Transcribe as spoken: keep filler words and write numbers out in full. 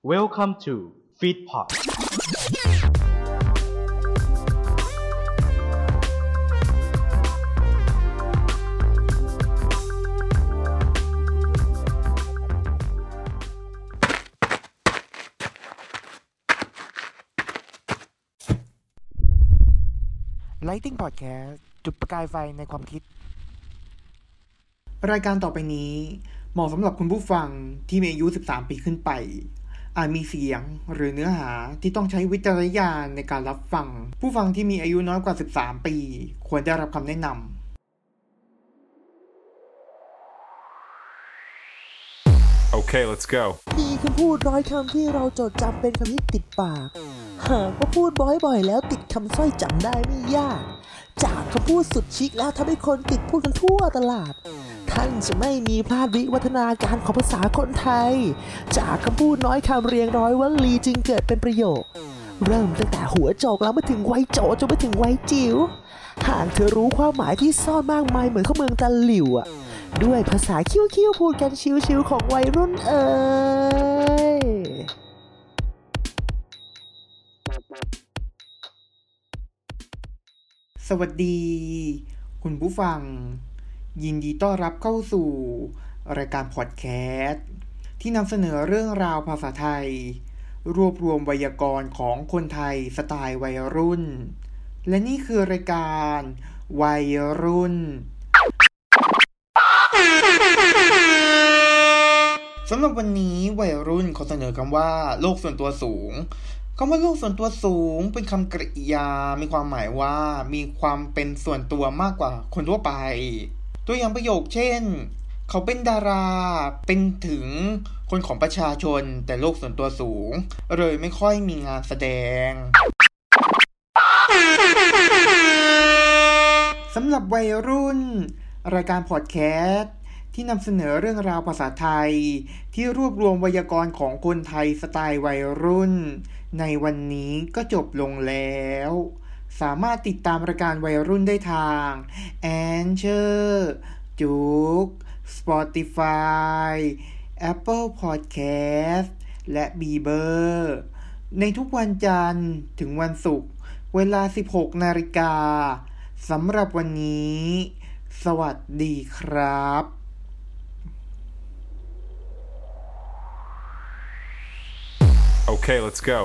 Welcome to Feedpot ไลท์ติ้งพอดแคสต์จุดประกายไฟในความคิดรายการต่อไปนี้เหมาะสำหรับคุณผู้ฟังที่มีอายุสิบสามปีขึ้นไปอาจมีเสียงหรือเนื้อหาที่ต้องใช้วิจารณญาณในการรับฟังผู้ฟังที่มีอายุน้อยกว่าสิบสามปีควรได้รับคำแนะนำ Okay, let's go. มีคำพูดร้อยคำที่เราจดจำเป็นคำที่ติดปากหากว่าพูดบ่อยๆแล้วติดคำสร้อยจำได้ไม่ยากจากคำพูดสุดชิคแล้วทำให้คนติดพูดกันทั่วตลาดท่านจะไม่มีพลาดวิวัฒนาการของภาษาคนไทยจากคำพูดน้อยคำเรียงร้อยวลีจึงเกิดเป็นประโยคเริ่มตั้งแต่หัวโจกแล้วมาถึงวัยโจจนไปถึงวัยจิ๋วหากเธอรู้ความหมายที่ซ่อนมากมายเหมือนข้าวเมืองตะหลิวอะด้วยภาษาคิ้วๆพูดกันชิวๆของวัยรุ่นเอ่ยสวัสดีคุณผู้ฟังยินดีต้อนรับเข้าสู่รายการพอดแคสต์ที่นำเสนอเรื่องราวภาษาไทยรวบรวมไวยากรณ์ของคนไทยสไตล์วัยรุ่นและนี่คือรายการวัยรุ่นสำหรับวันนี้วัยรุ่นเขาเสนอคำว่าโลกส่วนตัวสูงคำว่าโลกส่วนตัวสูงเป็นคำกริยามีความหมายว่ามีความเป็นส่วนตัวมากกว่าคนทั่วไปตัวอย่างประโยคเช่นเขาเป็นดาราเป็นถึงคนของประชาชนแต่โลกส่วนตัวสูงเลยไม่ค่อยมีงานแสดงสำหรับวัยรุ่นรายการพอดแคสต์ที่นำเสนอเรื่องราวภาษาไทยที่รวบรวมไวยากรณ์ของคนไทยสไตล์วัยรุ่นในวันนี้ก็จบลงแล้วสามารถติดตามรายการวัยรุ่นได้ทาง Anchor จุก Spotify Apple Podcast และ Bieber ในทุกวันจันทร์ถึงวันศุกร์เวลา สิบหกนาฬิกาสำหรับวันนี้สวัสดีครับ Okay, let's go.